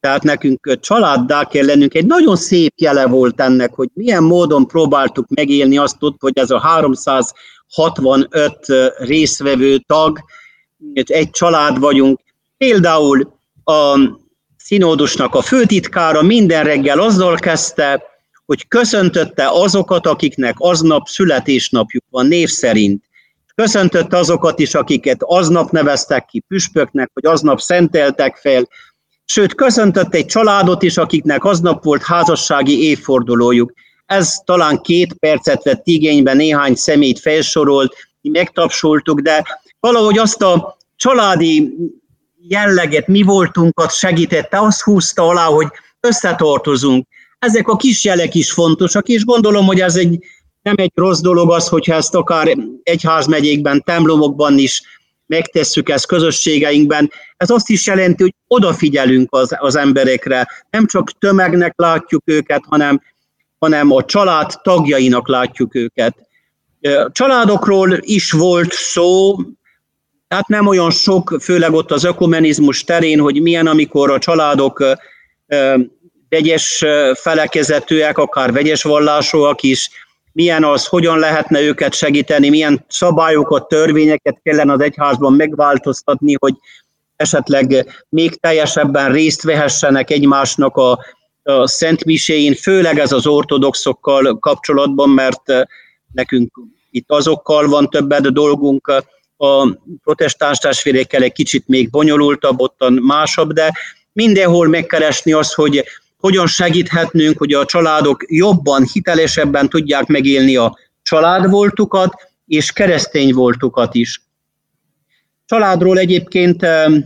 Tehát nekünk családdá kell lennünk. Egy nagyon szép jele volt ennek, hogy milyen módon próbáltuk megélni azt ott, hogy ez a háromszázhatvanöt részvevő tag, egy család vagyunk. Például a színódusnak a főtitkára minden reggel azzal kezdte, hogy köszöntötte azokat, akiknek aznap születésnapjuk van név szerint. Köszöntötte azokat is, akiket aznap neveztek ki püspöknek, vagy aznap szenteltek fel. Sőt, köszöntött egy családot is, akiknek aznap volt házassági évfordulójuk. Ez talán két percet vett igénybe, néhány személyt felsorolt, mi megtapsoltuk, de valahogy azt a családi jelleget, mi voltunkat segítette, azt húzta alá, hogy összetartozunk. Ezek a kis jelek is fontosak, és gondolom, hogy ez egy, nem egy rossz dolog az, hogyha ezt akár egyházmegyékben, templomokban is megtesszük ezt közösségeinkben. Ez azt is jelenti, hogy odafigyelünk az, az emberekre. Nem csak tömegnek látjuk őket, hanem, hanem a család tagjainak látjuk őket. Családokról is volt szó, hát nem olyan sok, főleg ott az ökumenizmus terén, hogy milyen, amikor a családok vegyes felekezetűek, akár vegyes vallásúak is, milyen az, hogyan lehetne őket segíteni, milyen szabályokat, törvényeket kellene az egyházban megváltoztatni, hogy esetleg még teljesebben részt vehessenek egymásnak a, a szentmiséin, főleg ez az ortodoxokkal kapcsolatban, mert nekünk itt azokkal van többet dolgunk, a protestáns testvérekkel egy kicsit még bonyolultabb, ottan másabb, de mindenhol megkeresni azt, hogy hogyan segíthetnünk, hogy a családok jobban, hitelesebben tudják megélni a családvoltukat és keresztény voltukat is. Családról egyébként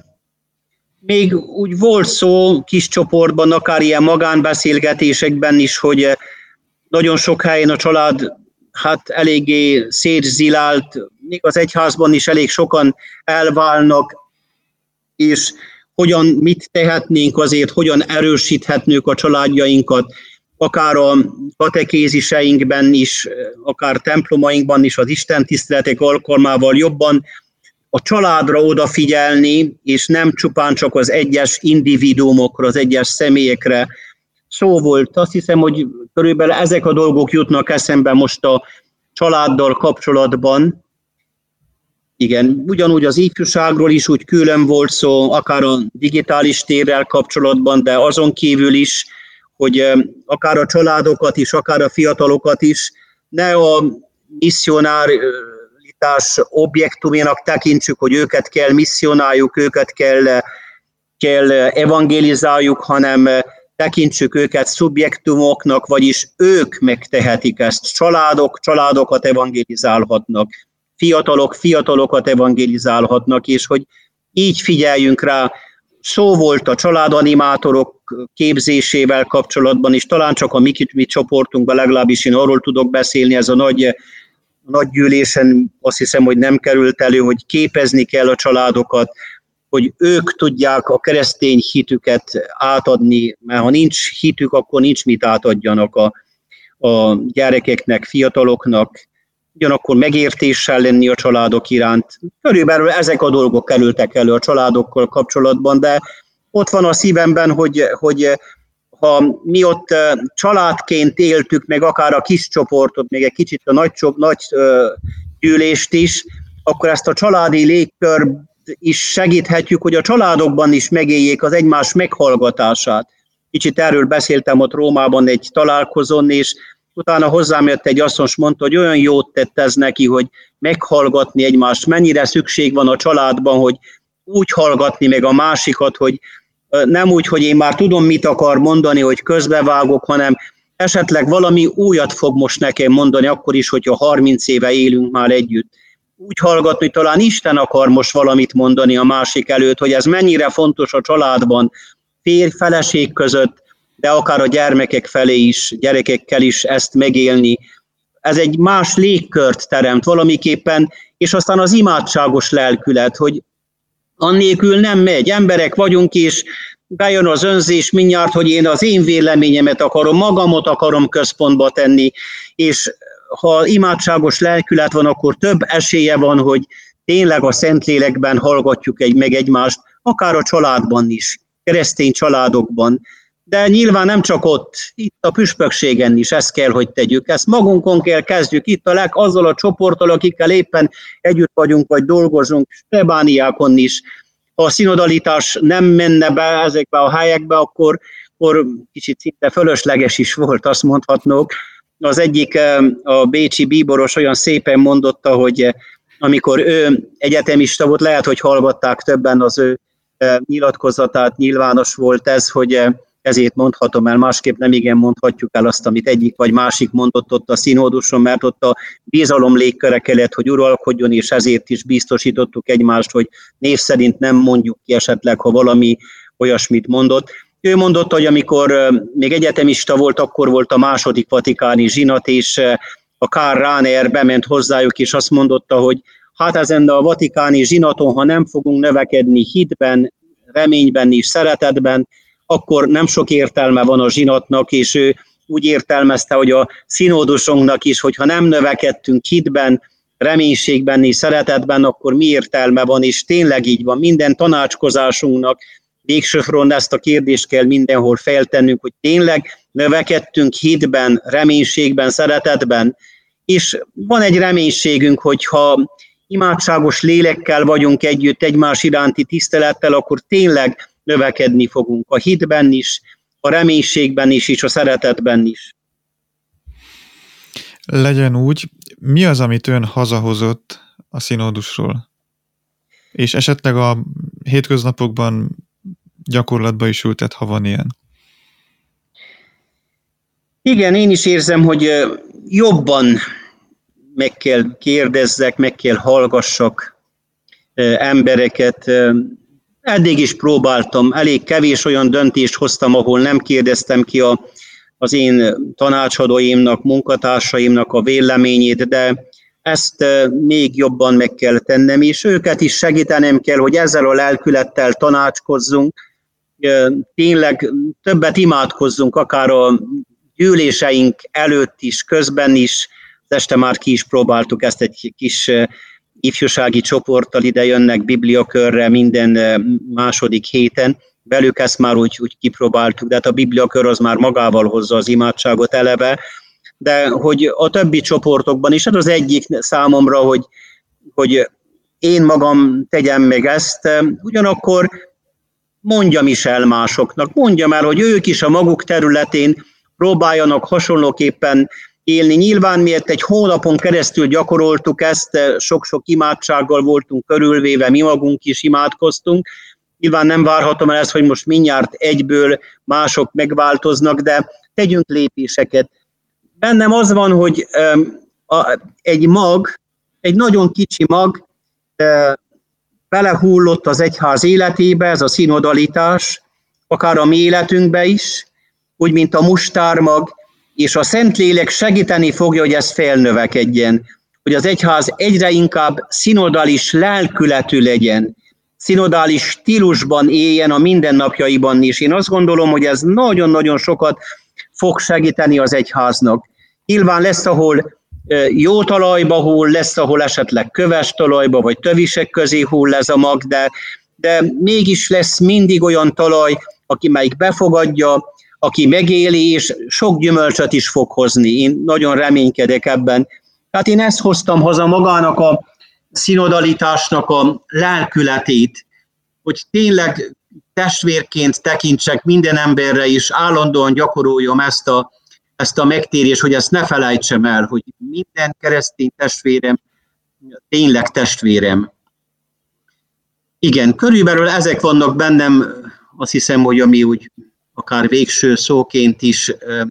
még úgy volt szó kis csoportban, akár ilyen magánbeszélgetésekben is, hogy nagyon sok helyen a család hát eléggé szétzilált, még az egyházban is elég sokan elválnak, és hogyan, mit tehetnénk azért, hogyan erősíthetnünk a családjainkat, akár a katekéziseinkben is, akár templomainkban is, az istentiszteletek alkalmával jobban a családra odafigyelni, és nem csupán csak az egyes individuumokra, az egyes személyekre. Szó volt, azt hiszem, hogy körülbelül ezek a dolgok jutnak eszembe most a családdal kapcsolatban. Igen, ugyanúgy az ifjúságról is úgy külön volt szó, akár a digitális térrel kapcsolatban, de azon kívül is, hogy akár a családokat is, akár a fiatalokat is ne a misszionálitás objektuménak tekintsük, hogy őket kell misszionáljuk, őket kell, kell evangelizáljuk, hanem tekintsük őket szubjektumoknak, vagyis ők megtehetik ezt. Családok, családokat evangelizálhatnak. Fiatalok, fiatalokat evangelizálhatnak, és hogy így figyeljünk rá. Szó volt a családanimátorok képzésével kapcsolatban is, talán csak a mi, mi csoportunkban, legalábbis én arról tudok beszélni, ez a nagy, a nagy gyűlésen azt hiszem, hogy nem került elő, hogy képezni kell a családokat, hogy ők tudják a keresztény hitüket átadni, mert ha nincs hitük, akkor nincs mit átadjanak a, a gyerekeknek, fiataloknak, ugyanakkor megértéssel lenni a családok iránt. Körülbelül ezek a dolgok kerültek elő a családokkal kapcsolatban, de ott van a szívemben, hogy, hogy ha mi ott családként éltük, meg akár a kis csoportot, még egy kicsit a nagy, nagy gyűlést is, akkor ezt a családi légkör is segíthetjük, hogy a családokban is megéljék az egymás meghallgatását. Kicsit erről beszéltem ott Rómában egy találkozón, és utána hozzám jött egy asszony, mondta, hogy olyan jót tett ez neki, hogy meghallgatni egymást, mennyire szükség van a családban, hogy úgy hallgatni meg a másikat, hogy nem úgy, hogy én már tudom, mit akar mondani, hogy közbevágok, hanem esetleg valami újat fog most nekem mondani, akkor is, hogyha harminc éve élünk már együtt. Úgy hallgatni, hogy talán Isten akar most valamit mondani a másik előtt, hogy ez mennyire fontos a családban, férj-feleség között, de akár a gyermekek felé is, gyerekekkel is ezt megélni. Ez egy más légkört teremt valamiképpen, és aztán az imádságos lelkület, hogy annélkül nem megy. Emberek vagyunk, és bejön az önzés mindjárt, hogy én az én véleményemet akarom, magamot akarom központba tenni, és ha imádságos lelkület van, akkor több esélye van, hogy tényleg a Szentlélekben hallgatjuk egy, meg egymást, akár a családban is. keresztény családokban. De nyilván nem csak ott, itt a püspökségen is ezt kell, hogy tegyük. Ezt magunkon kell kezdjük, itt a leg, azzal a csoporttal, akikkel éppen együtt vagyunk, vagy dolgozunk, plebániákon is. Ha a szinodalitás nem menne be ezekbe a helyekbe, akkor, akkor kicsit szinte fölösleges is volt, azt mondhatnók. Az egyik, a bécsi bíboros olyan szépen mondotta, hogy amikor ő egyetemista volt, lehet, hogy hallgatták többen az ő nyilatkozatát, nyilvános volt ez, hogy ezért mondhatom el, másképp nem igen mondhatjuk el azt, amit egyik vagy másik mondott ott a színóduson, mert ott a bizalom légköre kellett, hogy uralkodjon, és ezért is biztosítottuk egymást, hogy név szerint nem mondjuk ki esetleg, ha valami olyasmit mondott. Ő mondotta, hogy amikor még egyetemista volt, akkor volt a második vatikáni zsinat, és a Karl Rahner bement hozzájuk, és azt mondotta, hogy hát ezen a vatikáni zsinaton, ha nem fogunk növekedni hitben, reményben és szeretetben, akkor nem sok értelme van a zsinatnak, és ő úgy értelmezte, hogy a színódusunknak is, hogyha nem növekedtünk hitben, reménységben és szeretetben, akkor mi értelme van, és tényleg így van. Minden tanácskozásunknak végső soron ezt a kérdést kell mindenhol feltennünk, hogy tényleg növekedtünk hitben, reménységben, szeretetben, és van egy reménységünk, hogyha imádságos lélekkel vagyunk együtt, egymás iránti tisztelettel, akkor tényleg növekedni fogunk a hitben is, a reménységben is, és a szeretetben is. Legyen úgy, mi az, amit ön hazahozott a színódusról? És esetleg a hétköznapokban gyakorlatba is ültet, ha van ilyen? Igen, én is érzem, hogy jobban meg kell kérdezzek, meg kell hallgassak embereket. Eddig is próbáltam, elég kevés olyan döntést hoztam, ahol nem kérdeztem ki a, az én tanácsadóimnak, munkatársaimnak a véleményét, de ezt még jobban meg kell tennem, és őket is segítenem kell, hogy ezzel a lelkülettel tanácskozzunk, tényleg többet imádkozzunk, akár a gyűléseink előtt is, közben is. Este már ki is próbáltuk ezt egy kis ifjúsági csoporttal, ide jönnek bibliakörre minden második héten. Velük ezt már úgy, úgy kipróbáltuk, de hát a bibliakör az már magával hozza az imádságot eleve. De hogy a többi csoportokban is, ez az egyik számomra, hogy, hogy én magam tegyem meg ezt, ugyanakkor mondjam is el másoknak, mondjam el, hogy ők is a maguk területén próbáljanak hasonlóképpen élni. Nyilván miért egy hónapon keresztül gyakoroltuk ezt, sok-sok imádsággal voltunk körülvéve, mi magunk is imádkoztunk. Nyilván nem várhatom el ezt, hogy most mindjárt egyből mások megváltoznak, de tegyünk lépéseket. Bennem az van, hogy egy mag, egy nagyon kicsi mag belehullott az egyház életébe, ez a szinodalitás, akár a mi életünkbe is, úgy, mint a mustármag, és a Szentlélek segíteni fogja, hogy ez felnövekedjen, hogy az egyház egyre inkább szinodális lelkületű legyen, szinodális stílusban éljen a mindennapjaiban is. Én azt gondolom, hogy ez nagyon-nagyon sokat fog segíteni az egyháznak. Nyilván lesz, ahol jó talajba hull, lesz, ahol esetleg köves talajba, vagy tövisek közé hull ez a mag, de, de mégis lesz mindig olyan talaj, aki melyik befogadja, aki megéli, és sok gyümölcsöt is fog hozni. Én nagyon reménykedek ebben. Tehát én ezt hoztam haza magának a szinodalitásnak a lelkületét, hogy tényleg testvérként tekintsek minden emberre, és állandóan gyakoroljam ezt a, ezt a megtérést, hogy ezt ne felejtsem el, hogy minden keresztény testvérem tényleg testvérem. Igen, körülbelül ezek vannak bennem, azt hiszem, hogy ami úgy akár végső szóként is.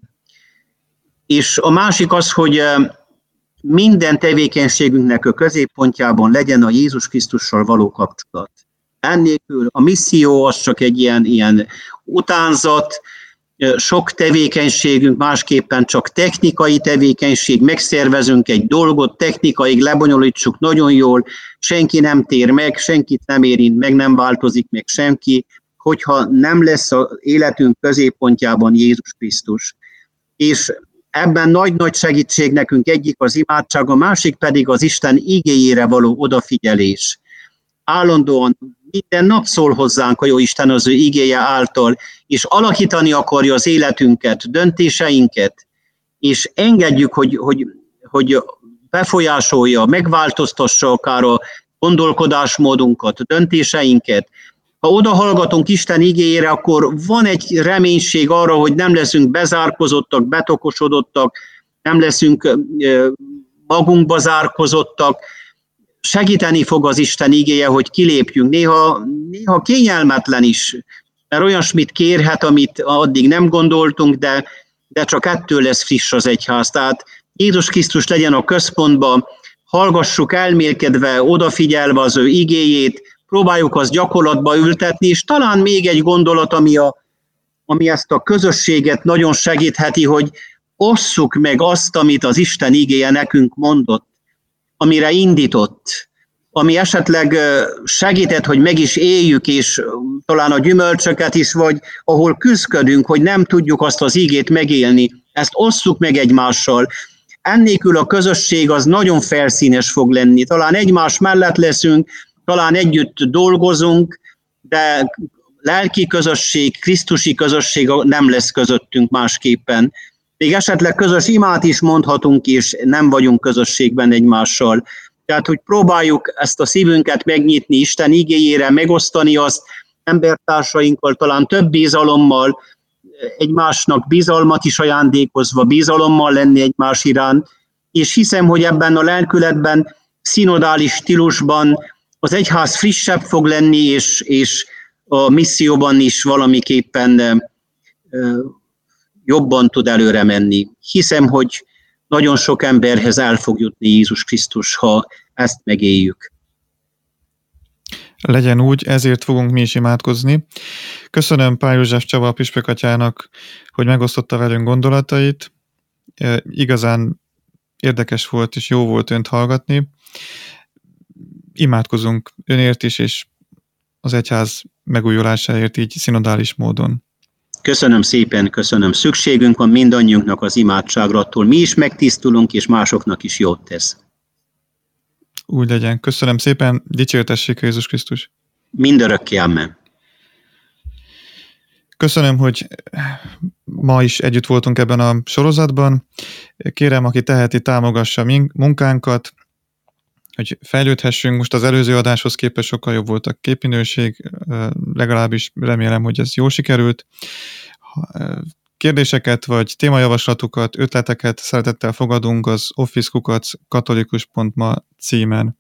És a másik az, hogy minden tevékenységünknek a középpontjában legyen a Jézus Krisztussal való kapcsolat. Ennélkül a misszió az csak egy ilyen, ilyen utánzat, sok tevékenységünk másképpen csak technikai tevékenység, megszervezünk egy dolgot, technikaig lebonyolítsuk nagyon jól, senki nem tér meg, senkit nem érint meg, nem változik meg senki, hogyha nem lesz az életünk középpontjában Jézus Krisztus. És ebben nagy-nagy segítség nekünk egyik az imádság, a másik pedig az Isten igéjére való odafigyelés. Állandóan minden nap szól hozzánk a Jóisten az ő igéje által, és alakítani akarja az életünket, döntéseinket, és engedjük, hogy, hogy, hogy befolyásolja, megváltoztassa akár a gondolkodásmódunkat, a döntéseinket. Ha odahallgatunk Isten igéjére, akkor van egy reménység arra, hogy nem leszünk bezárkozottak, betokosodottak, nem leszünk magunkba zárkozottak. Segíteni fog az Isten igéje, hogy kilépjünk. Néha, néha kényelmetlen is, mert olyasmit kérhet, amit addig nem gondoltunk, de, de csak ettől lesz friss az egyház. Tehát Jézus Krisztus legyen a központban, hallgassuk elmélkedve, odafigyelve az ő igéjét, próbáljuk azt gyakorlatba ültetni, és talán még egy gondolat, ami, a, ami ezt a közösséget nagyon segítheti, hogy osszuk meg azt, amit az Isten igéje nekünk mondott, amire indított, ami esetleg segített, hogy meg is éljük, és talán a gyümölcsöket is, vagy ahol küzdködünk, hogy nem tudjuk azt az igét megélni. Ezt osszuk meg egymással. Ennélkül a közösség az nagyon felszínes fog lenni. Talán egymás mellett leszünk, talán együtt dolgozunk, de lelki közösség, krisztusi közösség nem lesz közöttünk másképpen. Még esetleg közös imát is mondhatunk, és nem vagyunk közösségben egymással. Tehát, hogy próbáljuk ezt a szívünket megnyitni Isten igéjére, megosztani azt embertársainkkal, talán több bizalommal, egymásnak bizalmat is ajándékozva, bizalommal lenni egymás iránt, és hiszem, hogy ebben a lelkületben, szinodális stílusban az egyház frissebb fog lenni, és, és a misszióban is valamiképpen jobban tud előre menni. Hiszem, hogy nagyon sok emberhez el fog jutni Jézus Krisztus, ha ezt megéljük. Legyen úgy, ezért fogunk mi is imádkozni. Köszönöm Pál József Csaba püspök atyának, hogy megosztotta velünk gondolatait. E, igazán érdekes volt és jó volt önt hallgatni. Imádkozunk önért is, és az egyház megújulásáért így szinodális módon. Köszönöm szépen, köszönöm. Szükségünk van mindannyiunknak az imádságra, attól mi is megtisztulunk, és másoknak is jót tesz. Úgy legyen. Köszönöm szépen, dicsértessék Jézus Krisztus. Mindörökké, amen. Köszönöm, hogy ma is együtt voltunk ebben a sorozatban. Kérem, aki teheti, támogassa munkánkat, hogy fejlődhessünk. Most az előző adáshoz képest sokkal jobb volt a képminőség, legalábbis remélem, hogy ez jól sikerült. Kérdéseket vagy témajavaslatokat, ötleteket szeretettel fogadunk az office kukac katolikus pont ma címen.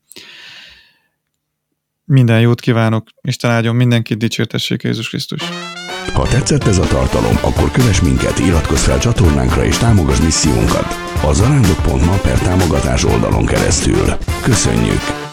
Minden jót kívánok, Isten áldjon mindenkit, dicsértessék Jézus Krisztus. Ha tetszett ez a tartalom, akkor kövess minket, iratkozz fel csatornánkra és támogass missziónkat a zarándok pont ma per támogatás oldalon keresztül. Köszönjük!